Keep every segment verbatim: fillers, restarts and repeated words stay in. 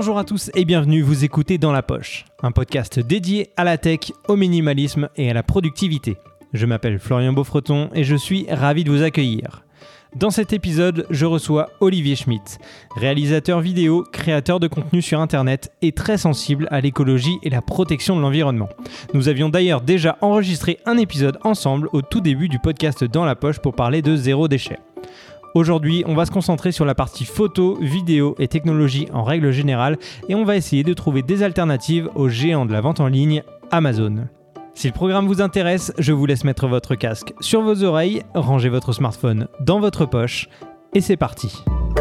Bonjour à tous et bienvenue, vous écoutez Dans la Poche, un podcast dédié à la tech, au minimalisme et à la productivité. Je m'appelle Florian Beaufreton et je suis ravi de vous accueillir. Dans cet épisode, je reçois Olivier Schmitt, réalisateur vidéo, créateur de contenu sur internet et très sensible à l'écologie et la protection de l'environnement. Nous avions d'ailleurs déjà enregistré un épisode ensemble au tout début du podcast Dans la Poche pour parler de zéro déchet. Aujourd'hui, on va se concentrer sur la partie photo, vidéo et technologie en règle générale et on va essayer de trouver des alternatives aux géants de la vente en ligne, Amazon. Si le programme vous intéresse, je vous laisse mettre votre casque sur vos oreilles, rangez votre smartphone dans votre poche et c'est parti.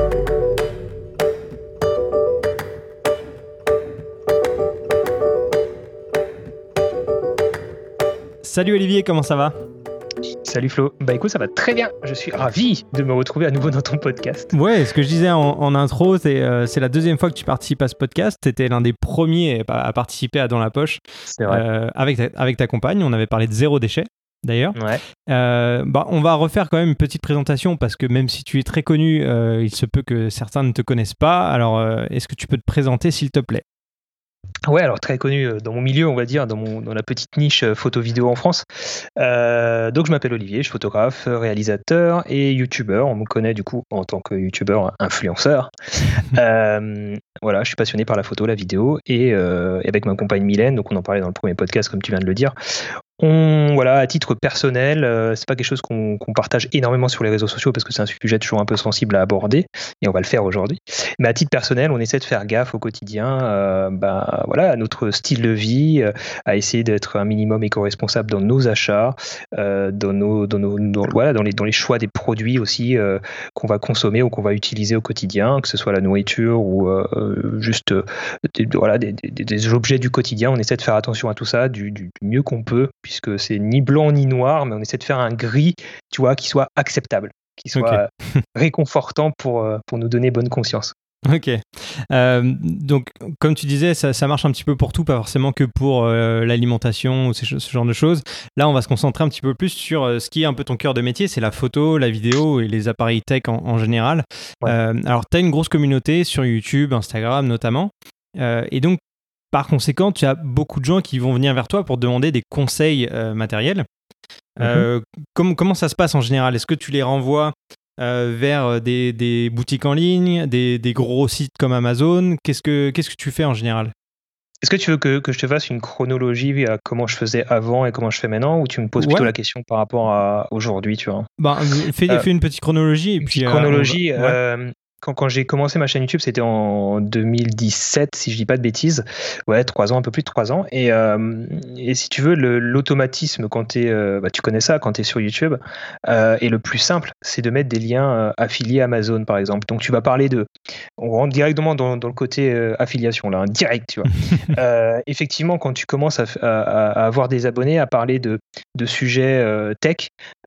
Salut Olivier, comment ça va ? Salut Flo, bah écoute ça va très bien, je suis ravi de me retrouver à nouveau dans ton podcast. Ouais, ce que je disais en, en intro, c'est, euh, c'est la deuxième fois que tu participes à ce podcast, t'étais l'un des premiers à participer à Dans la Poche. C'est vrai. Euh, avec, ta, avec ta compagne, on avait parlé de zéro déchet d'ailleurs. Ouais. Euh, bah, on va refaire quand même une petite présentation parce que même si tu es très connu, euh, il se peut que certains ne te connaissent pas, alors euh, est-ce que tu peux te présenter s'il te plaît ? Ouais, alors très connu dans mon milieu, on va dire, dans, mon, dans la petite niche photo-vidéo en France. Euh, donc je m'appelle Olivier, je suis photographe, réalisateur et youtubeur. On me connaît du coup en tant que youtubeur influenceur. euh, voilà, je suis passionné par la photo, la vidéo et, euh, et avec ma compagne Mylène, donc on en parlait dans le premier podcast comme tu viens de le dire. On, voilà, à titre personnel, euh, c'est pas quelque chose qu'on, qu'on partage énormément sur les réseaux sociaux parce que c'est un sujet toujours un peu sensible à aborder et on va le faire aujourd'hui. Mais à titre personnel, on essaie de faire gaffe au quotidien, euh, bah, voilà, à notre style de vie, euh, à essayer d'être un minimum éco-responsable dans nos achats, euh, dans nos, dans nos, dans, voilà, dans les, dans les choix des produits aussi euh, qu'on va consommer ou qu'on va utiliser au quotidien, que ce soit la nourriture ou euh, juste euh, des, voilà, des, des, des objets du quotidien. On essaie de faire attention à tout ça du, du, du mieux qu'on peut. Puisque c'est ni blanc ni noir, mais on essaie de faire un gris, tu vois, qui soit acceptable, qui soit okay. réconfortant pour, pour nous donner bonne conscience. Ok. Euh, donc, comme tu disais, ça, ça marche un petit peu pour tout, pas forcément que pour euh, l'alimentation ou ces, ce genre de choses. Là, on va se concentrer un petit peu plus sur euh, ce qui est un peu ton cœur de métier, c'est la photo, la vidéo et les appareils tech en, en général. Ouais. Euh, alors, tu as une grosse communauté sur YouTube, Instagram notamment. Euh, et donc, par conséquent, tu as beaucoup de gens qui vont venir vers toi pour te demander des conseils euh, matériels. Euh, mm-hmm. com- comment ça se passe en général ? Est-ce que tu les renvoies euh, vers des, des boutiques en ligne, des, des gros sites comme Amazon ? Qu'est-ce que, qu'est-ce que tu fais en général ? Est-ce que tu veux que, que je te fasse une chronologie à comment je faisais avant et comment je fais maintenant, ou tu me poses plutôt ouais. la question par rapport à aujourd'hui, tu vois ? Ben, fais, euh, fais une petite chronologie. Et une puis, petite chronologie. Euh, va... euh, ouais. Quand, quand j'ai commencé ma chaîne YouTube, c'était en deux mille dix-sept, si je dis pas de bêtises. Ouais, trois ans, un peu plus de trois ans. Et, euh, et si tu veux, le, l'automatisme, quand t'es, euh, bah, tu connais ça, quand tu es sur YouTube, euh, et le plus simple, c'est de mettre des liens euh, affiliés Amazon, par exemple. Donc, tu vas parler de... On rentre directement dans, dans le côté euh, affiliation, là, hein, direct, tu vois. euh, effectivement, quand tu commences à, à, à avoir des abonnés, à parler de, de sujets euh, tech,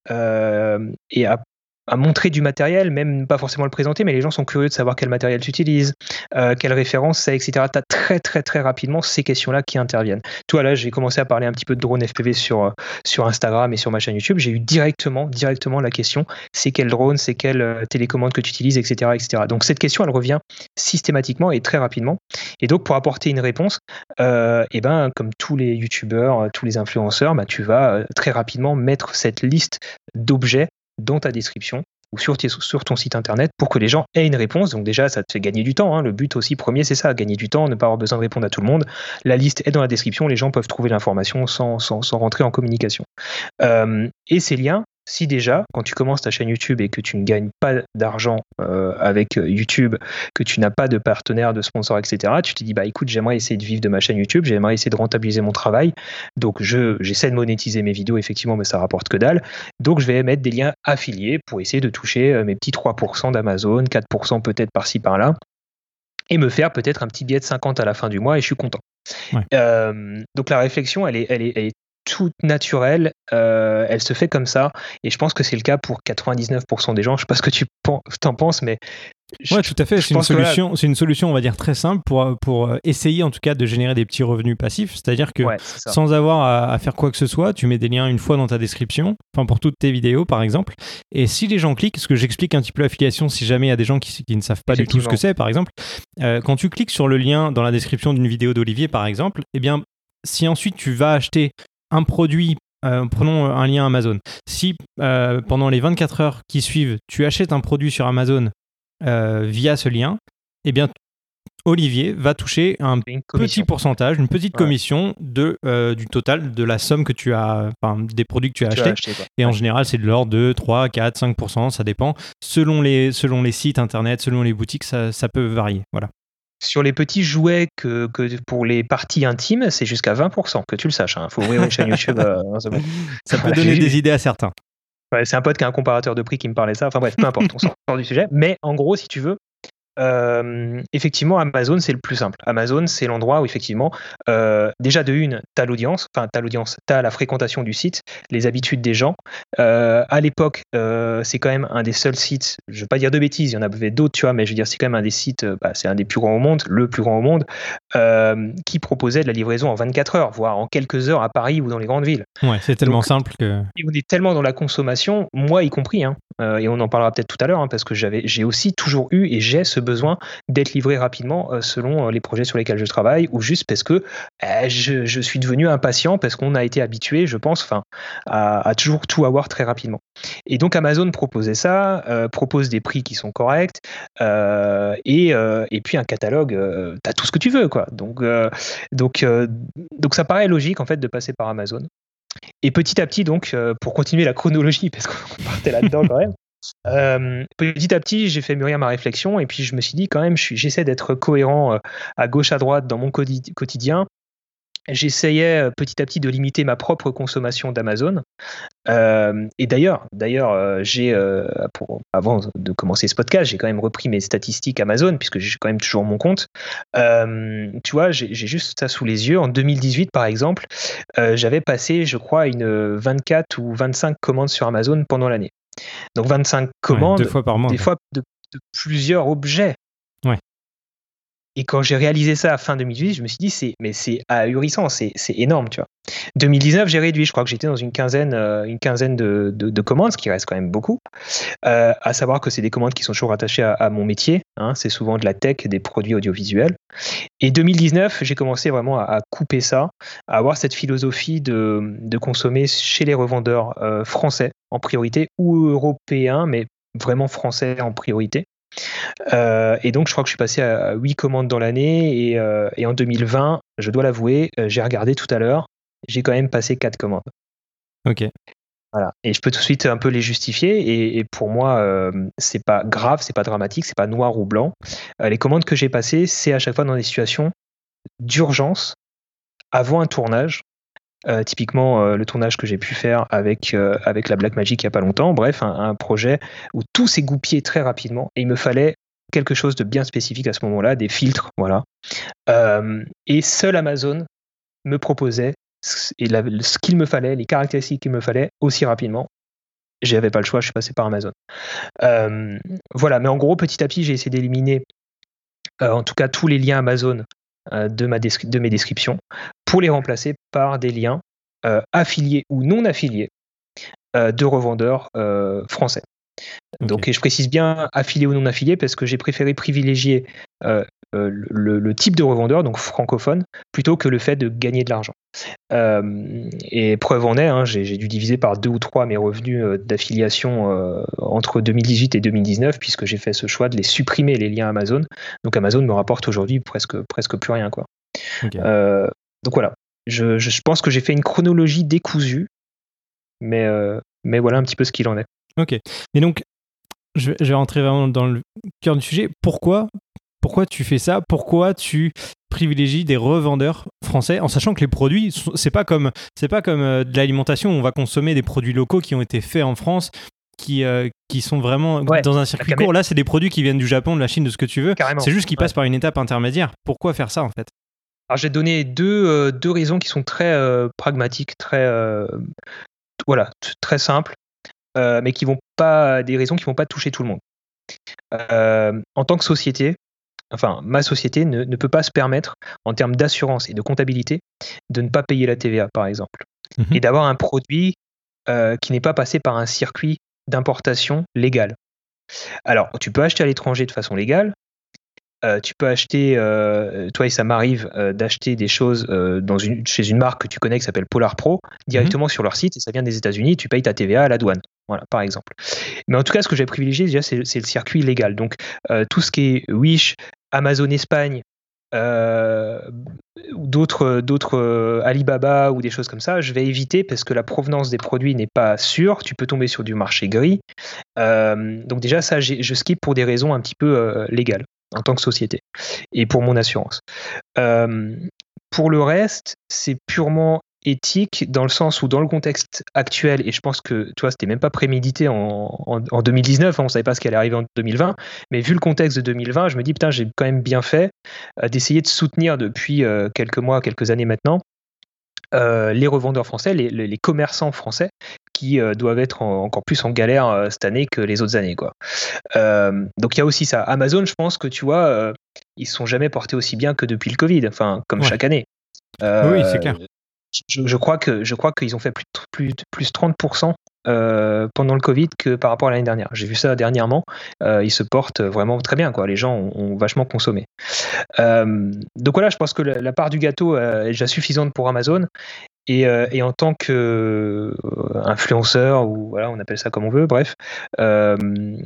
euh, et à à montrer du matériel, même pas forcément le présenter, mais les gens sont curieux de savoir quel matériel tu utilises, euh, quelle référence c'est, et cetera. Tu as très très très rapidement ces questions-là qui interviennent. Toi là, j'ai commencé à parler un petit peu de drone F P V sur, sur Instagram et sur ma chaîne YouTube. J'ai eu directement, directement la question, c'est quel drone, c'est quelle euh, télécommande que tu utilises, et cetera, et cetera. Donc cette question, elle revient systématiquement et très rapidement. Et donc pour apporter une réponse, euh, et ben, comme tous les youtubeurs, tous les influenceurs, bah, tu vas euh, très rapidement mettre cette liste d'objets dans ta description ou sur, tes, sur ton site internet pour que les gens aient une réponse. Donc déjà, ça te fait gagner du temps. Hein. Le but aussi premier, c'est ça, gagner du temps, ne pas avoir besoin de répondre à tout le monde. La liste est dans la description, les gens peuvent trouver l'information sans, sans, sans rentrer en communication. Euh, et ces liens, si déjà, quand tu commences ta chaîne YouTube et que tu ne gagnes pas d'argent euh, avec YouTube, que tu n'as pas de partenaire, de sponsor, et cetera, tu te dis, bah écoute, j'aimerais essayer de vivre de ma chaîne YouTube, j'aimerais essayer de rentabiliser mon travail, donc je, j'essaie de monétiser mes vidéos, effectivement, mais ça rapporte que dalle, donc je vais mettre des liens affiliés pour essayer de toucher mes petits trois pour cent d'Amazon, quatre pour cent peut-être par-ci, par-là, et me faire peut-être un petit billet de cinquante à la fin du mois, et je suis content. Ouais. Euh, donc la réflexion, elle est, elle est, elle est toute naturelle, euh, elle se fait comme ça, et je pense que c'est le cas pour quatre-vingt-dix-neuf pour cent des gens. Je sais pas ce que tu t'en penses, mais Ouais, tout à fait. C'est une solution, voilà. c'est une solution, on va dire, très simple pour, pour essayer, en tout cas, de générer des petits revenus passifs. C'est-à-dire que ouais, sans avoir à, à faire quoi que ce soit, tu mets des liens une fois dans ta description, enfin pour toutes tes vidéos, par exemple. Et si les gens cliquent, ce que j'explique un petit peu l'affiliation, si jamais il y a des gens qui, qui ne savent pas du tout ce que c'est, par exemple, euh, quand tu cliques sur le lien dans la description d'une vidéo d'Olivier, par exemple, eh bien, si ensuite tu vas acheter un produit, euh, prenons un lien Amazon. Si euh, pendant les vingt-quatre heures qui suivent, tu achètes un produit sur Amazon Euh, via ce lien, eh bien, Olivier va toucher un petit pourcentage, une petite ouais. commission de, euh, du total de la somme que tu as, enfin, des produits que tu as achetés. Acheté, et ouais. en général, c'est de l'ordre de trois, quatre, cinq pour cent, ça dépend. Selon les, selon les sites internet, selon les boutiques, ça, ça peut varier. Voilà. Sur les petits jouets que, que pour les parties intimes, c'est jusqu'à vingt pour cent, que tu le saches. Il hein. faut ouvrir une chaîne YouTube. Euh, bon. Ça peut donner des idées à certains. Ouais, c'est un pote qui a un comparateur de prix qui me parlait ça. Enfin bref, peu importe, on sort du sujet. Mais en gros, si tu veux, euh, effectivement, Amazon, c'est le plus simple. Amazon, c'est l'endroit où, effectivement, euh, déjà de une, tu as l'audience, enfin, tu as l'audience, tu as la fréquentation du site, les habitudes des gens. Euh, à l'époque, euh, c'est quand même un des seuls sites, je ne veux pas dire de bêtises, il y en avait d'autres, tu vois, mais je veux dire, c'est quand même un des sites, bah, c'est un des plus grands au monde, le plus grand au monde, euh, qui proposait de la livraison en vingt-quatre heures, voire en quelques heures à Paris ou dans les grandes villes. Ouais, c'est tellement Donc, simple que. On est tellement dans la consommation, moi y compris, hein, euh, et on en parlera peut-être tout à l'heure, hein, parce que j'avais, j'ai aussi toujours eu et j'ai ce besoin d'être livré rapidement euh, selon les projets sur lesquels je travaille, ou juste parce que euh, je, je suis devenu impatient, parce qu'on a été habitué, je pense, enfin, à, à toujours tout avoir très rapidement. Et donc Amazon proposait ça, euh, propose des prix qui sont corrects, euh, et, euh, et puis un catalogue, euh, t'as tout ce que tu veux, quoi. Donc, euh, donc, euh, donc ça paraît logique en fait de passer par Amazon. Et petit à petit, donc, euh, pour continuer la chronologie, parce qu'on partait là-dedans quand même, euh, petit à petit, j'ai fait mûrir ma réflexion et puis je me suis dit quand même, je suis, j'essaie d'être cohérent euh, à gauche, à droite dans mon quotidien. J'essayais petit à petit de limiter ma propre consommation d'Amazon. Euh, et d'ailleurs, d'ailleurs, euh, j'ai, euh, pour, avant de commencer ce podcast, j'ai quand même repris mes statistiques Amazon puisque j'ai quand même toujours mon compte. Euh, tu vois, j'ai, j'ai juste ça sous les yeux. En deux mille dix-huit, par exemple, euh, j'avais passé, je crois, une vingt-quatre ou vingt-cinq commandes sur Amazon pendant l'année. Donc vingt-cinq commandes, ouais, deux fois par mois, des quoi. fois de, de plusieurs objets. Ouais. Et quand j'ai réalisé ça à fin deux mille dix-huit, je me suis dit, c'est, mais c'est ahurissant, c'est, c'est énorme, tu vois. deux mille dix-neuf, j'ai réduit, je crois que j'étais dans une quinzaine, euh, une quinzaine de, de, de commandes, ce qui reste quand même beaucoup. Euh, à savoir que c'est des commandes qui sont toujours attachées à, à mon métier, hein, c'est souvent de la tech, des produits audiovisuels. Et deux mille dix-neuf, j'ai commencé vraiment à, à couper ça, à avoir cette philosophie de, de consommer chez les revendeurs euh, français en priorité, ou européens, mais vraiment français en priorité. Euh, et donc, je crois que je suis passé à huit commandes dans l'année. Et, euh, et en deux mille vingt, je dois l'avouer, euh, j'ai regardé tout à l'heure, j'ai quand même passé quatre commandes. Ok. Voilà. Et je peux tout de suite un peu les justifier. Et, et pour moi, euh, c'est pas grave, c'est pas dramatique, c'est pas noir ou blanc. Euh, les commandes que j'ai passées, c'est à chaque fois dans des situations d'urgence, avant un tournage. Euh, typiquement, euh, le tournage que j'ai pu faire avec, euh, avec la Blackmagic il n'y a pas longtemps. Bref, un, un projet où tout s'est goupillé très rapidement et il me fallait quelque chose de bien spécifique à ce moment-là, des filtres, voilà. Euh, et seul Amazon me proposait et la, ce qu'il me fallait, les caractéristiques qu'il me fallait aussi rapidement. J'avais pas le choix, je suis passé par Amazon. Euh, voilà, mais en gros, petit à petit, j'ai essayé d'éliminer, euh, en tout cas, tous les liens Amazon euh, de, ma descri- de mes descriptions pour les remplacer par des liens euh, affiliés ou non affiliés euh, de revendeurs euh, français. Okay. Donc, et je précise bien affilié ou non affilié parce que j'ai préféré privilégier euh, euh, le, le type de revendeur, donc francophone, plutôt que le fait de gagner de l'argent. Euh, et preuve en est, hein, j'ai, j'ai dû diviser par deux ou trois mes revenus euh, d'affiliation euh, entre deux mille dix-huit et deux mille dix-neuf, puisque j'ai fait ce choix de les supprimer, les liens Amazon. Donc Amazon me rapporte aujourd'hui presque, presque plus rien, quoi. Okay. Euh, donc voilà, je, je pense que j'ai fait une chronologie décousue, mais, euh, mais voilà un petit peu ce qu'il en est. Ok, mais donc, je vais, je vais rentrer vraiment dans le cœur du sujet. Pourquoi, pourquoi tu fais ça ? Pourquoi tu privilégies des revendeurs français en sachant que les produits, c'est pas comme, c'est pas comme euh, de l'alimentation où on va consommer des produits locaux qui ont été faits en France, qui, euh, qui sont vraiment ouais, dans un circuit court. Là, c'est des produits qui viennent du Japon, de la Chine, de ce que tu veux. Carrément. C'est juste qu'ils ouais. passent par une étape intermédiaire. Pourquoi faire ça, en fait ? Alors, j'ai donné deux, euh, deux raisons qui sont très euh, pragmatiques, très, euh, voilà, t- très simples. Euh, mais qui vont pas, des raisons qui vont pas toucher tout le monde. euh, en tant que société, enfin, ma société ne, ne peut pas se permettre, en termes d'assurance et de comptabilité, de ne pas payer la T V A, par exemple, Mhm. et d'avoir un produit euh, qui n'est pas passé par un circuit d'importation légal. Alors, tu peux acheter à l'étranger de façon légale. Euh, tu peux acheter, euh, toi et ça m'arrive euh, d'acheter des choses euh, dans une, chez une marque que tu connais qui s'appelle Polar Pro directement sur leur site et ça vient des États-Unis. Tu payes ta T V A à la douane, voilà, par exemple. Mais en tout cas, ce que j'ai privilégié déjà, c'est, c'est le circuit légal. Donc, euh, tout ce qui est Wish, Amazon Espagne, euh, ou d'autres, d'autres euh, Alibaba ou des choses comme ça, je vais éviter parce que la provenance des produits n'est pas sûre. Tu peux tomber sur du marché gris. Euh, donc déjà, ça, j'ai, je skip pour des raisons un petit peu euh, légales en tant que société et pour mon assurance. Euh, pour le reste, c'est purement éthique dans le sens où dans le contexte actuel, et je pense que toi, c'était même pas prémédité en, en, en deux mille dix-neuf, hein, on savait pas ce qui allait arriver en deux mille vingt, mais vu le contexte de deux mille vingt, je me dis, putain, j'ai quand même bien fait euh, d'essayer de soutenir depuis euh, quelques mois, quelques années maintenant, euh, les revendeurs français, les, les, les commerçants français, qui euh, doivent être en, encore plus en galère euh, cette année que les autres années, quoi. Euh, donc il y a aussi ça. Amazon, je pense que tu vois, euh, ils se sont jamais portés aussi bien que depuis le Covid, enfin comme Ouais. chaque année. Oui, oui, c'est Euh, clair. je, je crois que je crois qu'ils ont fait plus plus plus trente pour cent euh, pendant le Covid que par rapport à l'année dernière. J'ai vu ça dernièrement. Euh, ils se portent vraiment très bien, quoi. Les gens ont, ont vachement consommé. Euh, donc voilà, je pense que la, la part du gâteau euh, est déjà suffisante pour Amazon. Et, euh, et en tant qu'influenceur, ou voilà, on appelle ça comme on veut, bref, euh,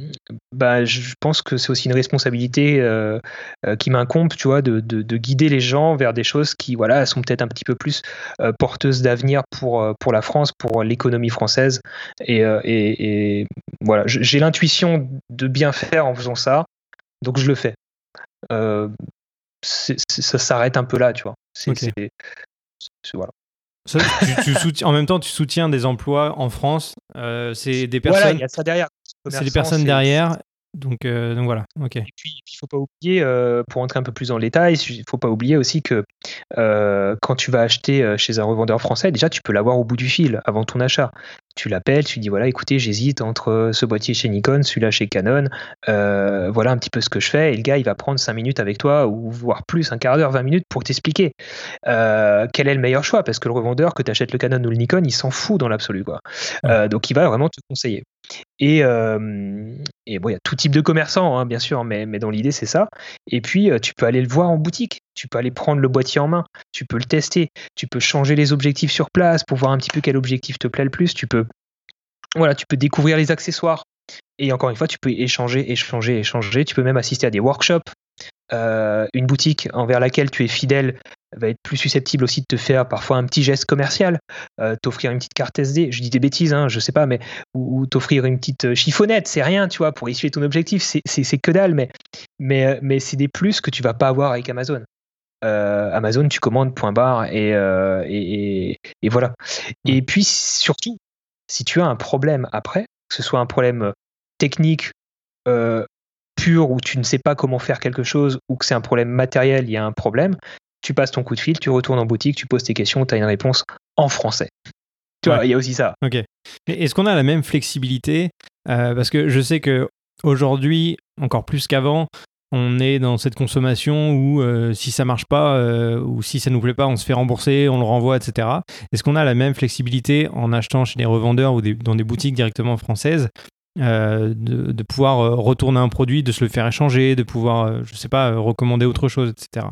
bah, je pense que c'est aussi une responsabilité euh, euh, qui m'incombe, tu vois, de, de, de guider les gens vers des choses qui, voilà, sont peut-être un petit peu plus euh, porteuses d'avenir pour, euh, pour la France, pour l'économie française. Et, euh, et, et voilà, j'ai l'intuition de bien faire en faisant ça, donc je le fais. Euh, c'est, c'est, ça s'arrête un peu là, tu vois. C'est, Ok. c'est, c'est, voilà. Ça, tu, tu soutiens, en même temps, tu soutiens des emplois en France. Euh, c'est des Voilà, personnes. il y a ça derrière. C'est des personnes c'est, derrière. Donc, euh, donc voilà. Ok. Et puis, il ne faut pas oublier, euh, pour entrer un peu plus dans le détail, il ne faut pas oublier aussi que euh, quand tu vas acheter chez un revendeur français, déjà, tu peux l'avoir au bout du fil avant ton achat. Tu l'appelles, tu dis, voilà, écoutez, j'hésite entre ce boîtier chez Nikon, celui-là chez Canon, euh, voilà un petit peu ce que je fais. Et le gars, il va prendre cinq minutes avec toi, ou voire plus, un quart d'heure, vingt minutes, pour t'expliquer euh, quel est le meilleur choix. Parce que le revendeur, que tu achètes le Canon ou le Nikon, il s'en fout dans l'absolu, quoi. Ouais. Euh, donc, il va vraiment te conseiller. Et, euh, et bon, il y a tout type de commerçants, hein, bien sûr, mais, mais dans l'idée, c'est ça. Et puis, euh, tu peux aller le voir en boutique. Tu peux aller prendre le boîtier en main. Tu peux le tester. Tu peux changer les objectifs sur place pour voir un petit peu quel objectif te plaît le plus. Tu peux, voilà, tu peux découvrir les accessoires. Et encore une fois, tu peux échanger, échanger, échanger. Tu peux même assister à des workshops. Euh, une boutique envers laquelle tu es fidèle va être plus susceptible aussi de te faire parfois un petit geste commercial, euh, t'offrir une petite carte S D, je dis des bêtises, hein, je sais pas, mais ou, ou t'offrir une petite chiffonnette, c'est rien, tu vois, pour essuyer ton objectif, c'est, c'est, c'est que dalle, mais, mais, mais c'est des plus que tu vas pas avoir avec Amazon. Euh, Amazon, tu commandes, point barre, et, euh, et, et, et voilà. Et puis surtout, si tu as un problème après, que ce soit un problème technique, euh, pur, où tu ne sais pas comment faire quelque chose, ou que c'est un problème matériel, il y a un problème, tu passes ton coup de fil, tu retournes en boutique, tu poses tes questions, tu as une réponse en français. Tu vois, il ouais. y a aussi ça. Ok. Mais est-ce qu'on a la même flexibilité euh, parce que je sais qu'aujourd'hui, encore plus qu'avant, on est dans cette consommation où euh, si ça marche pas euh, ou si ça nous plaît pas, on se fait rembourser, on le renvoie, et cetera. Est-ce qu'on a la même flexibilité en achetant chez des revendeurs ou des, dans des boutiques directement françaises euh, de, de pouvoir euh, retourner un produit, de se le faire échanger, de pouvoir, euh, je sais pas, euh, recommander autre chose, et cetera.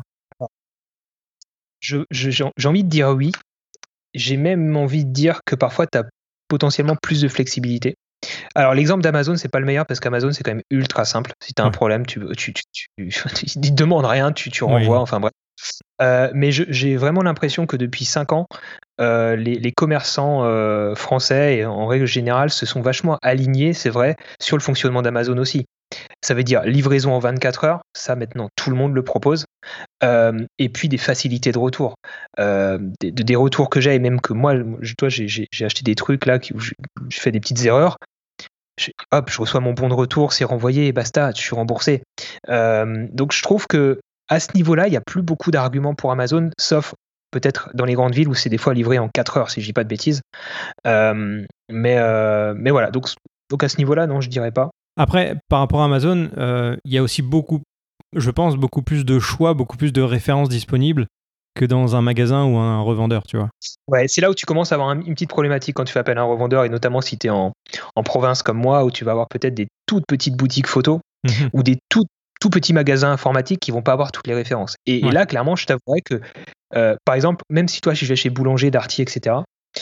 Je, je, j'ai envie de dire oui. J'ai même envie de dire que parfois, tu as potentiellement plus de flexibilité. Alors, l'exemple d'Amazon, c'est pas le meilleur parce qu'Amazon, c'est quand même ultra simple. Si tu as ouais. un problème, tu, tu, tu, tu, tu, tu demandes rien, tu, tu renvoies, oui. enfin bref. Euh, mais je, j'ai vraiment l'impression que depuis cinq ans, euh, les, les commerçants euh, français, et en règle générale, se sont vachement alignés, c'est vrai, sur le fonctionnement d'Amazon aussi. Ça veut dire livraison en vingt-quatre heures, ça maintenant tout le monde le propose, euh, et puis des facilités de retour. Euh, des, des retours que j'ai, et même que moi, toi, j'ai, j'ai, j'ai acheté des trucs là où je, je fais des petites erreurs. Je, hop, je reçois mon bon de retour, c'est renvoyé, et basta, je suis remboursé. Euh, donc je trouve que à ce niveau-là, il n'y a plus beaucoup d'arguments pour Amazon, sauf peut-être dans les grandes villes où c'est des fois livré en quatre heures, si je dis pas de bêtises. Euh, mais, euh, mais voilà, donc, donc à ce niveau-là, non, je dirais pas. Après, par rapport à Amazon, euh, il y a aussi beaucoup, je pense, beaucoup plus de choix, beaucoup plus de références disponibles que dans un magasin ou un revendeur, tu vois. Ouais, c'est là où tu commences à avoir un- une petite problématique quand tu fais appel à un revendeur, et notamment si tu es en, en province comme moi, où tu vas avoir peut-être des toutes petites boutiques photos Mhm. ou des tout, tout petits magasins informatiques qui vont pas avoir toutes les références. Et, et Ouais. là, clairement, je t'avouerais que, euh, par exemple, même si toi, je vais chez Boulanger, Darty, et cetera,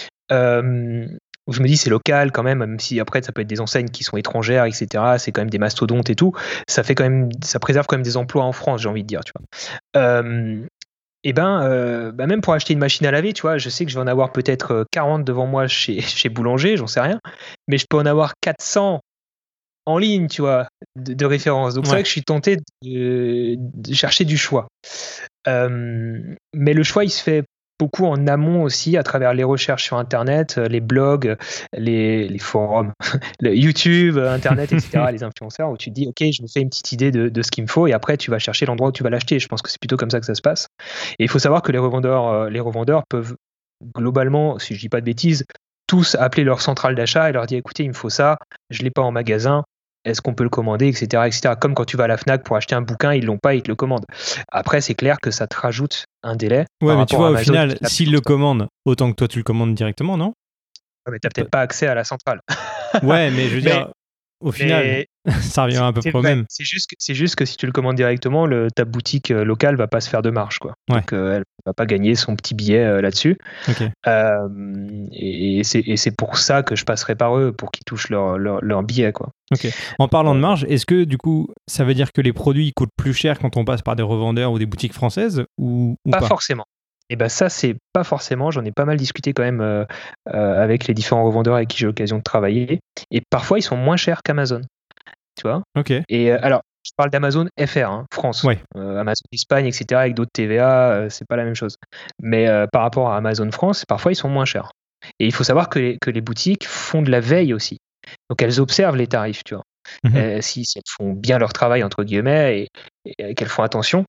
euh, je me dis c'est local quand même, même si après ça peut être des enseignes qui sont étrangères, et cetera. C'est quand même des mastodontes et tout. Ça fait quand même, ça préserve quand même des emplois en France, j'ai envie de dire, tu vois. Euh, et ben, euh, bah même pour acheter une machine à laver, tu vois, je sais que je vais en avoir peut-être euh, quarante devant moi chez, chez Boulanger, j'en sais rien, mais je peux en avoir quatre cents en ligne, tu vois, de, de référence. Donc c'est Ouais. vrai que je suis tenté de, de chercher du choix. Euh, mais le choix, il se fait beaucoup en amont aussi, à travers les recherches sur Internet, euh, les blogs, les, les forums, le YouTube, euh, Internet, et cetera, les influenceurs, où tu te dis, OK, je me fais une petite idée de, de ce qu'il me faut, et après, tu vas chercher l'endroit où tu vas l'acheter. Je pense que c'est plutôt comme ça que ça se passe. Et il faut savoir que les revendeurs, euh, les revendeurs peuvent globalement, si je dis pas de bêtises, tous appeler leur centrale d'achat et leur dire, écoutez, il me faut ça, je l'ai pas en magasin, est-ce qu'on peut le commander, et cetera, et cetera. Comme quand tu vas à la Fnac pour acheter un bouquin, ils l'ont pas, ils te le commandent. Après, c'est clair que ça te rajoute un délai Ouais, par mais tu rapport vois, à au Amazon. final, s'il le commande, autant que toi tu le commandes directement, non? Ouais, mais t'as peut-être pas accès à la centrale. Ouais, mais je veux mais, dire, au final, mais ça revient c'est à peu c'est près au vrai. même. C'est juste, que, c'est juste que si tu le commandes directement, le, ta boutique euh, locale va pas se faire de marge, quoi. Ouais. Donc, euh, elle va pas gagner son petit billet euh, là-dessus. Ok. Euh, et, et c'est, et c'est pour ça que je passerai par eux, pour qu'ils touchent leur, leur, leur billet, quoi. Ok. En parlant de marge, est-ce que du coup, ça veut dire que les produits coûtent plus cher quand on passe par des revendeurs ou des boutiques françaises ou, ou Pas pas? forcément. Et ben ça, c'est pas forcément. J'en ai pas mal discuté quand même euh, euh, avec les différents revendeurs avec qui j'ai l'occasion de travailler. Et parfois, ils sont moins chers qu'Amazon. Tu vois. Ok. Et euh, alors, je parle d'Amazon F R, hein, France. Ouais. Euh, Amazon Espagne, et cetera, avec d'autres T V A, euh, c'est pas la même chose. Mais euh, par rapport à Amazon France, parfois, ils sont moins chers. Et il faut savoir que les, que les boutiques font de la veille aussi. Donc, elles observent les tarifs, tu vois. Mhm. Euh, si, si elles font bien leur travail, entre guillemets, et, et qu'elles font attention,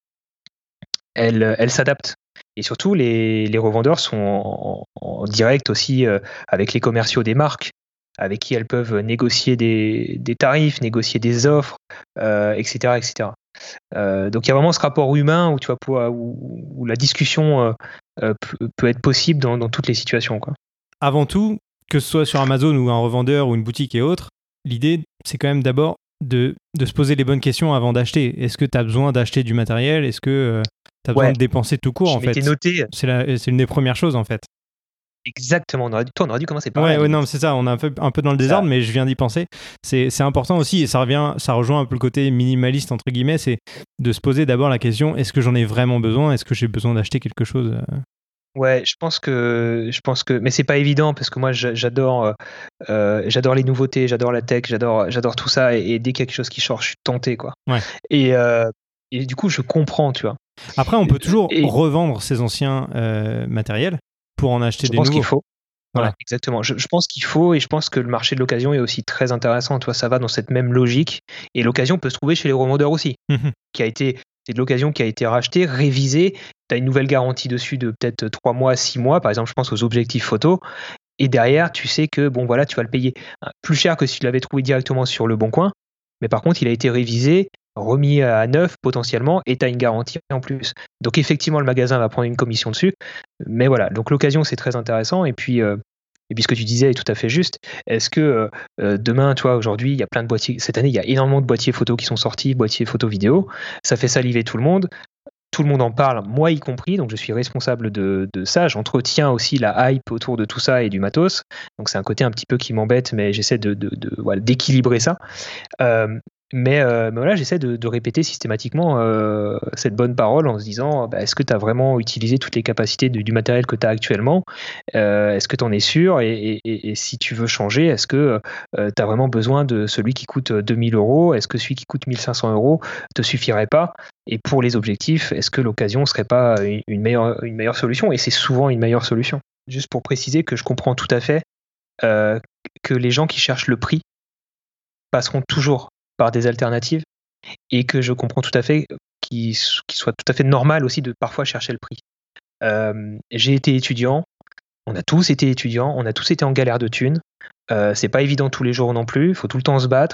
elles, elles s'adaptent. Et surtout, les, les revendeurs sont en, en direct aussi euh, avec les commerciaux des marques, avec qui elles peuvent négocier des, des tarifs, négocier des offres, euh, et cetera, et cetera. Euh, donc il y a vraiment ce rapport humain où tu vas pouvoir, où, où la discussion euh, euh, peut, peut être possible dans, dans toutes les situations, quoi. Avant tout, que ce soit sur Amazon ou un revendeur ou une boutique et autres, l'idée, c'est quand même d'abord de, de se poser les bonnes questions avant d'acheter. Est-ce que tu as besoin d'acheter du matériel? Est-ce que tu as besoin Ouais, de dépenser tout court, je en fait? m'étais noté C'est la- c'est une des premières choses, en fait. exactement. On aurait dû, toi, on aurait dû commencer par Ouais, là, ouais, non, limite. c'est ça, on est un peu, un peu dans le désordre, Ça, mais je viens d'y penser. C'est, c'est important aussi, et ça revient, ça rejoint un peu le côté minimaliste, entre guillemets, c'est de se poser d'abord la question, est-ce que j'en ai vraiment besoin? Est-ce que j'ai besoin d'acheter quelque chose? euh ouais, je pense que, je pense que, mais c'est pas évident parce que moi, j'a- j'adore, euh, euh, j'adore les nouveautés, j'adore la tech, j'adore, j'adore tout ça, et, et dès qu'il y a quelque chose qui change, je suis tenté, quoi. Ouais. Et, euh, et du coup, je comprends, tu vois. Après, on peut toujours Et revendre ses anciens euh, matériels pour en acheter je des pense qu'il nouveaux. faut. Voilà. Ouais, exactement. Je, je pense qu'il faut, et je pense que le marché de l'occasion est aussi très intéressant. Tu vois, ça va dans cette même logique. Et l'occasion peut se trouver chez les revendeurs aussi, Mhm. qui a été, c'est de l'occasion qui a été rachetée, révisée. Tu as une nouvelle garantie dessus de peut-être trois mois, six mois. Par exemple, je pense aux objectifs photo. Et derrière, tu sais que bon, voilà, tu vas le payer hein, plus cher que si tu l'avais trouvé directement sur le Bon Coin. Mais par contre, il a été révisé, remis à neuf potentiellement, et tu as une garantie en plus. Donc effectivement, le magasin va prendre une commission dessus. Mais voilà, donc l'occasion, c'est très intéressant. Et puis, euh, et puis ce que tu disais est tout à fait juste. Est-ce que euh, euh, demain, toi, aujourd'hui, il y a plein de boîtiers. Cette année, il y a énormément de boîtiers photo qui sont sortis, boîtiers photo vidéo. Ça fait saliver tout le monde. Tout le monde en parle, moi y compris, donc je suis responsable de, de ça. J'entretiens aussi la hype autour de tout ça et du matos. Donc c'est un côté un petit peu qui m'embête, mais j'essaie de, de, de- voilà, d'équilibrer ça. Euh, mais, euh, mais voilà, j'essaie de, de répéter systématiquement euh, cette bonne parole en se disant bah, est-ce que tu as vraiment utilisé toutes les capacités de- du matériel que tu as actuellement? Euh, Est-ce que tu en es sûr? Et, et- et- et si tu veux changer, est-ce que tu as vraiment besoin de celui qui coûte deux mille euros? Est-ce que celui qui coûte mille cinq cents euros te suffirait pas? Et pour les objectifs, est-ce que l'occasion serait pas une, une meilleure, une meilleure solution? Et c'est souvent une meilleure solution. Juste pour préciser que je comprends tout à fait euh, que les gens qui cherchent le prix passeront toujours par des alternatives, et que je comprends tout à fait qu'il s- qu'il soit tout à fait normal aussi de parfois chercher le prix. Euh, j'ai été étudiant, on a tous été étudiants, on a tous été en galère de thunes. Euh, c'est pas évident tous les jours non plus, il faut tout le temps se battre.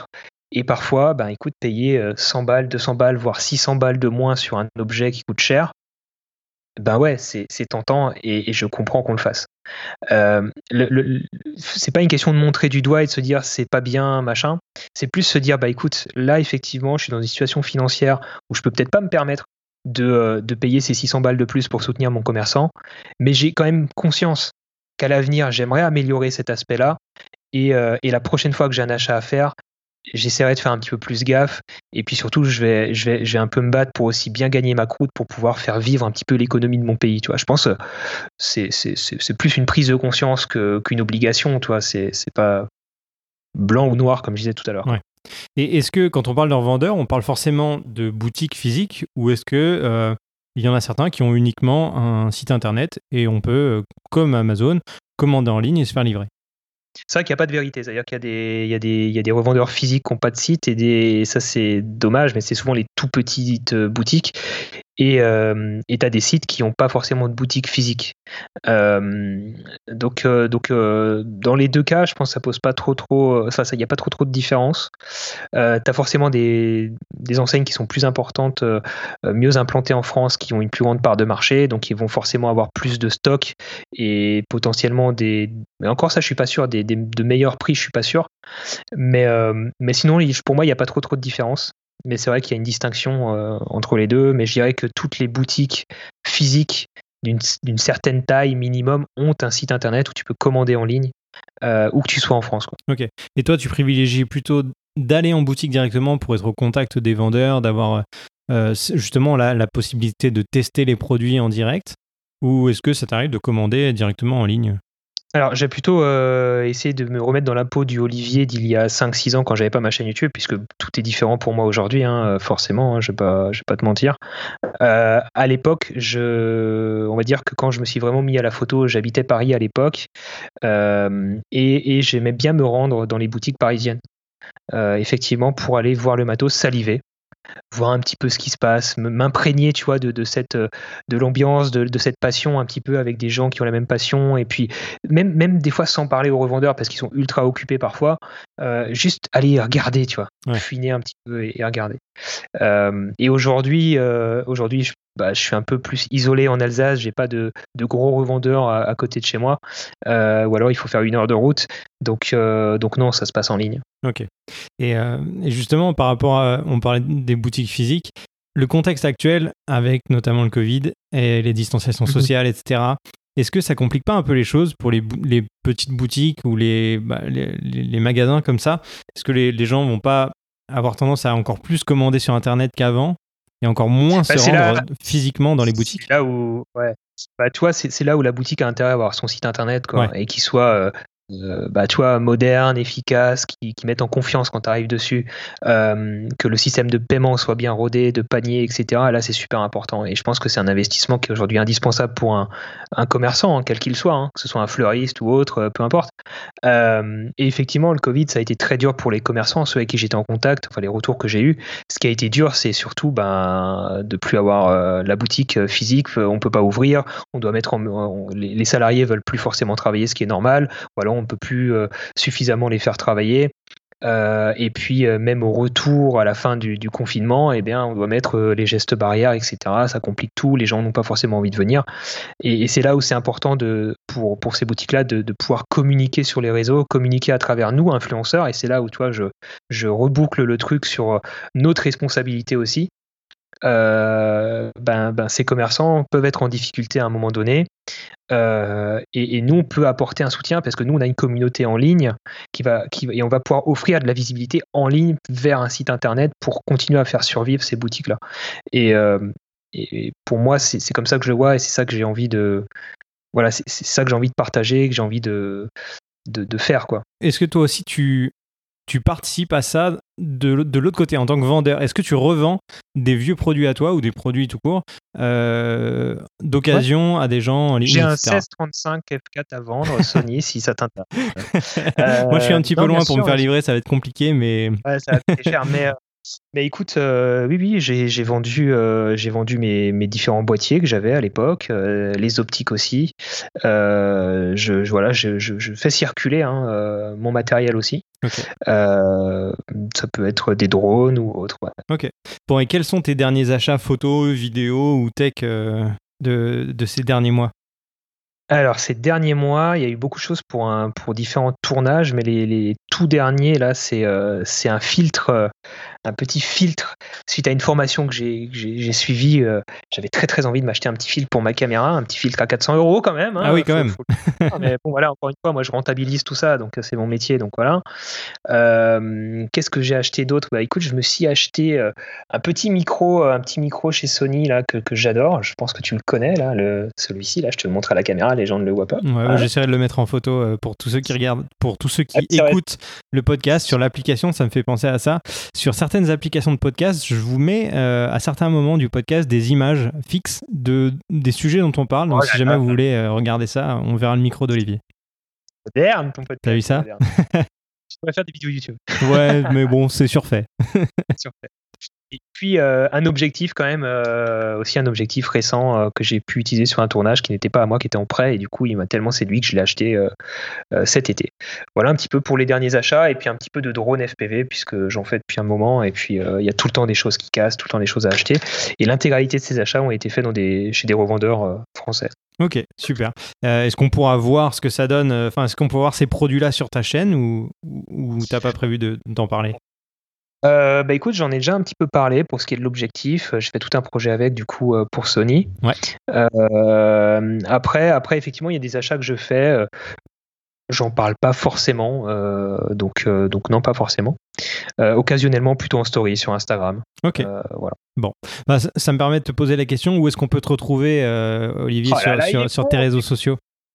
Et parfois, ben, écoute, payer euh, cent balles, deux cents balles, voire six cents balles de moins sur un objet qui coûte cher, ben ouais, c'est, c'est tentant et, et je comprends qu'on le fasse. Euh, le, le- le- c'est pas une question de montrer du doigt et de se dire c'est pas bien, machin. C'est plus se dire, bah écoute, là, effectivement, je suis dans une situation financière où je peux peut-être pas me permettre de, euh, de payer ces six cents balles de plus pour soutenir mon commerçant, mais j'ai quand même conscience qu'à l'avenir, j'aimerais améliorer cet aspect-là. Et, euh, et la prochaine fois que j'ai un achat à faire, j'essaierai de faire un petit peu plus gaffe. Et puis surtout, je vais, je vais, je vais un peu me battre pour aussi bien gagner ma croûte pour pouvoir faire vivre un petit peu l'économie de mon pays. Tu vois, je pense que c'est, c'est, c'est, c'est plus une prise de conscience que, qu'une obligation. Tu vois, c'est, c'est pas blanc ou noir comme je disais tout à l'heure. Ouais. Et est-ce que quand on parle de revendeurs, on parle forcément de boutiques physiques ou est-ce que euh, il y en a certains qui ont uniquement un site internet et on peut, euh, comme Amazon, commander en ligne et se faire livrer? C'est vrai qu'il n'y a pas de vérité, c'est-à-dire qu'il y a des, il y a des, il y a des revendeurs physiques qui n'ont pas de site et des, ça c'est dommage, mais c'est souvent les tout petites euh, boutiques et euh, et tu as des sites qui n'ont pas forcément de boutique physique. Euh, donc euh, donc euh, dans les deux cas, je pense que ça pose pas trop trop, ça, ça, il n'y a pas trop trop de différence. Euh, tu as forcément des, des enseignes qui sont plus importantes, euh, mieux implantées en France, qui ont une plus grande part de marché, donc ils vont forcément avoir plus de stock et potentiellement des. Mais encore ça, je suis pas sûr, des, des- de meilleurs prix, je suis pas sûr. Mais, euh, mais sinon, il- pour moi, il n'y a pas trop trop de différence. Mais c'est vrai qu'il y a une distinction euh, entre les deux. Mais je dirais que toutes les boutiques physiques d'une d'une certaine taille minimum ont un site internet où tu peux commander en ligne, euh, où que tu sois en France, quoi. Ok. Et toi, tu privilégies plutôt d'aller en boutique directement pour être au contact des vendeurs, d'avoir euh, c- justement la, la possibilité de tester les produits en direct, ou est-ce que ça t'arrive de commander directement en ligne? Alors, j'ai plutôt euh, essayé de me remettre dans la peau du Olivier d'il y a cinq six ans quand j'avais pas ma chaîne YouTube, puisque tout est différent pour moi aujourd'hui, hein, forcément, hein, je vais pas, je vais pas te mentir. Euh, à l'époque, je, on va dire que quand je me suis vraiment mis à la photo, j'habitais Paris à l'époque, euh, et, et j'aimais bien me rendre dans les boutiques parisiennes, euh, effectivement, pour aller voir le matos, saliver, voir un petit peu ce qui se passe, m- m'imprégner, tu vois, de, de cette, euh, de l'ambiance, de, de cette passion un petit peu avec des gens qui ont la même passion, et puis même, même des fois sans parler aux revendeurs parce qu'ils sont ultra occupés parfois, euh, juste aller regarder, tu vois, Ouais. fouiner un petit peu et, et regarder. Euh, et aujourd'hui, euh, aujourd'hui, je, bah, je suis un peu plus isolé en Alsace. J'ai pas de, de gros revendeurs à, à côté de chez moi, Euh, ou alors il faut faire une heure de route. Donc, euh, donc non, ça se passe en ligne. Ok. Et, euh, et justement, par rapport à, on parlait des boutiques physiques, le contexte actuel, avec notamment le Covid et les distanciations Mhm. sociales, et cetera, est-ce que ça complique pas un peu les choses pour les, bou- les petites boutiques ou les, bah, les, les- les magasins comme ça? Est-ce que les, les gens vont pas avoir tendance à encore plus commander sur Internet qu'avant et encore moins Bah, se c'est rendre là, physiquement dans les c'est boutiques? là où, ouais. Bah, tu vois, c'est c'est là où la boutique a intérêt à avoir son site internet, Ouais. quoi, et qui soit, euh, euh, bah, tu vois, moderne, efficace, qui, qui mette en confiance quand tu arrives dessus, euh, que le système de paiement soit bien rodé, de panier, et cetera. Là, c'est super important. Et je pense que c'est un investissement qui est aujourd'hui indispensable pour un, un commerçant, hein, quel qu'il soit, hein, que ce soit un fleuriste ou autre, euh, peu importe. Euh, et effectivement, le Covid, ça a été très dur pour les commerçants, ceux avec qui j'étais en contact, enfin les retours que j'ai eus. Ce qui a été dur, c'est surtout ben, de plus avoir euh, la boutique euh, physique, euh, on peut pas ouvrir, on doit mettre en, on- les, les salariés veulent plus forcément travailler, ce qui est normal, ou alors on peut plus euh, suffisamment les faire travailler. Euh, et puis euh, même au retour à la fin du, du confinement, eh bien, on doit mettre euh, les gestes barrières, et cetera. Ça complique tout, les gens n'ont pas forcément envie de venir. Et, et c'est là où c'est important de, pour, pour ces boutiques-là de, de pouvoir communiquer sur les réseaux, communiquer à travers nous, influenceurs. Et c'est là où tu vois, je, je reboucle le truc sur euh, notre responsabilité aussi. Euh, ben, ben, ces commerçants peuvent être en difficulté à un moment donné. Euh, et, et nous, on peut apporter un soutien parce que nous, on a une communauté en ligne qui va, qui, et on va pouvoir offrir de la visibilité en ligne vers un site internet pour continuer à faire survivre ces boutiques-là. Et, euh, et pour moi, c'est c'est comme ça que je le vois et c'est ça que j'ai envie de, voilà, c'est c'est ça que j'ai envie de partager, que j'ai envie de, de, de faire, quoi. Est-ce que toi aussi tu, tu participes à ça de, l'au- de l'autre côté en tant que vendeur? Est-ce que tu revends des vieux produits à toi ou des produits tout court euh, Ouais. d'occasion à des gens en ligne, J'ai un et cetera? seize trente-cinq F quatre à vendre, Sony, si ça t'intéresse. Moi, je suis Euh, un petit peu non, bien loin pour me sûr, faire bien sûr. livrer, ça va être compliqué, mais Ouais, ça va coûter cher, mais euh, mais écoute, euh, oui, oui, j'ai j'ai vendu, euh, j'ai vendu mes, mes différents boîtiers que j'avais à l'époque, euh, les optiques aussi. Euh, je, je- voilà, je, je, je fais circuler hein, euh, mon matériel aussi. Okay. Euh, ça peut être des drones ou autre. Ouais. Ok. Bon, et quels sont tes derniers achats photos, vidéos ou tech euh, de, de ces derniers mois? Alors, ces derniers mois, il y a eu beaucoup de choses pour, un, pour différents tournages, mais les, les tout derniers, là, c'est, euh, c'est un filtre, euh, un petit filtre. Suite à une formation que j'ai, que j'ai, j'ai suivie, euh, j'avais très très envie de m'acheter un petit filtre pour ma caméra, un petit filtre à quatre cents euros quand même. Hein, ah oui, quand faut, même. faut... Ah, mais bon, voilà, encore une fois, moi je rentabilise tout ça, donc c'est mon métier, donc voilà. Euh, qu'est-ce que j'ai acheté d'autre? Bah écoute, je me suis acheté euh, un petit micro, un petit micro chez Sony là que, que j'adore. Je pense que tu le connais là, le, celui-ci là. Je te le montre à la caméra, les gens ne le voient pas. Ouais, voilà. J'essaierai de le mettre en photo euh, pour tous ceux qui regardent, pour tous ceux qui ah, écoutent vrai. Le podcast sur l'application. Ça me fait penser à ça. Sur certaines applications de podcast, je vous mets euh, à certains moments du podcast des images fixes de des sujets dont on parle. Donc oh si jamais là, vous là. voulez euh, regarder ça, on verra le micro d'Olivier. Moderne ton podcast. T'as vu ça? Je pourrais faire des vidéos YouTube. Ouais, mais bon, c'est surfait. surfait. Et puis euh, un objectif quand même, euh, aussi un objectif récent euh, que j'ai pu utiliser sur un tournage qui n'était pas à moi, qui était en prêt, et du coup il m'a tellement séduit que je l'ai acheté euh, euh, cet été. Voilà un petit peu pour les derniers achats, et puis un petit peu de drone F P V puisque j'en fais depuis un moment, et puis il euh, y a tout le temps des choses qui cassent, tout le temps des choses à acheter, et l'intégralité de ces achats ont été faits dans des, chez des revendeurs euh, français. Ok, super. Euh, est-ce qu'on pourra voir ce que ça donne, enfin, est-ce qu'on pourra voir ces produits-là sur ta chaîne ou, ou t'as pas prévu de, d'en parler? Euh, bah écoute, j'en ai déjà un petit peu parlé pour ce qui est de l'objectif. Je fais tout un projet avec, du coup, euh, pour Sony. Ouais. Euh, après, après, effectivement, il y a des achats que je fais. Euh, j'en parle pas forcément, euh, donc, euh, donc non, pas forcément. Euh, occasionnellement, plutôt en story sur Instagram. Ok. Euh, voilà. Bon, bah, ça, ça me permet de te poser la question, où est-ce qu'on peut te retrouver, euh, Olivier, oh sur, là, sur, sur tes réseaux sociaux?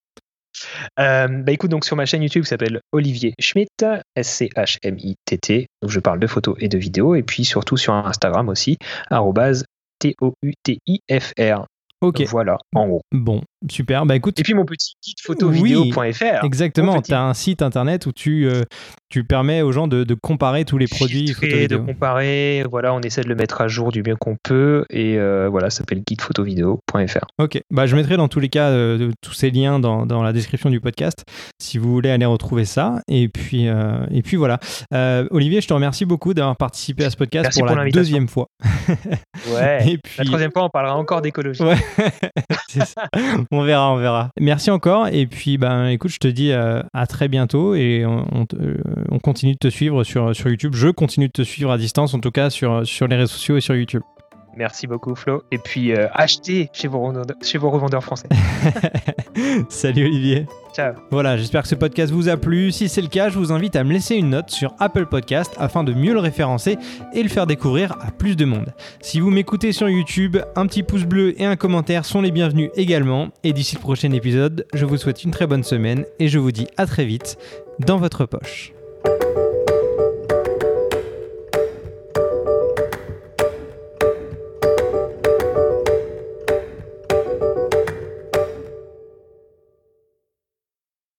Euh, bah écoute, donc sur ma chaîne YouTube qui s'appelle Olivier Schmitt, S C H M I T T, donc je parle de photos et de vidéos, et puis surtout sur Instagram aussi, arrobase T O U T I F R. Ok. Donc voilà, en gros. Bon, super. Bah écoute. Et puis mon petit guide photo vidéo point F R. Oui, exactement. Tu as un site internet où tu, euh, tu permets aux gens de, de comparer tous les produits photo vidéo. De comparer, voilà, on essaie de le mettre à jour du mieux qu'on peut, et euh, voilà, ça s'appelle guide photo vidéo point F R. Ok, bah je mettrai dans tous les cas euh, tous ces liens dans, dans la description du podcast si vous voulez aller retrouver ça. Et puis, euh, et puis voilà. Euh, Olivier, je te remercie beaucoup d'avoir participé à ce podcast. Merci pour, pour la deuxième fois. Ouais. Et puis... La troisième fois, on parlera encore d'écologie. Ouais. C'est ça. On verra, on verra. Merci encore. Et puis, ben, écoute, je te dis euh, à très bientôt, et on, on, euh, on continue de te suivre sur, sur YouTube. Je continue de te suivre à distance, en tout cas sur, sur les réseaux sociaux et sur YouTube. Merci beaucoup, Flo. Et puis, euh, achetez chez vos, revendeurs, chez vos revendeurs français. Salut, Olivier. Ciao. Voilà, j'espère que ce podcast vous a plu. Si c'est le cas, je vous invite à me laisser une note sur Apple Podcast afin de mieux le référencer et le faire découvrir à plus de monde. Si vous m'écoutez sur YouTube, un petit pouce bleu et un commentaire sont les bienvenus également. Et d'ici le prochain épisode, je vous souhaite une très bonne semaine et je vous dis à très vite dans votre poche.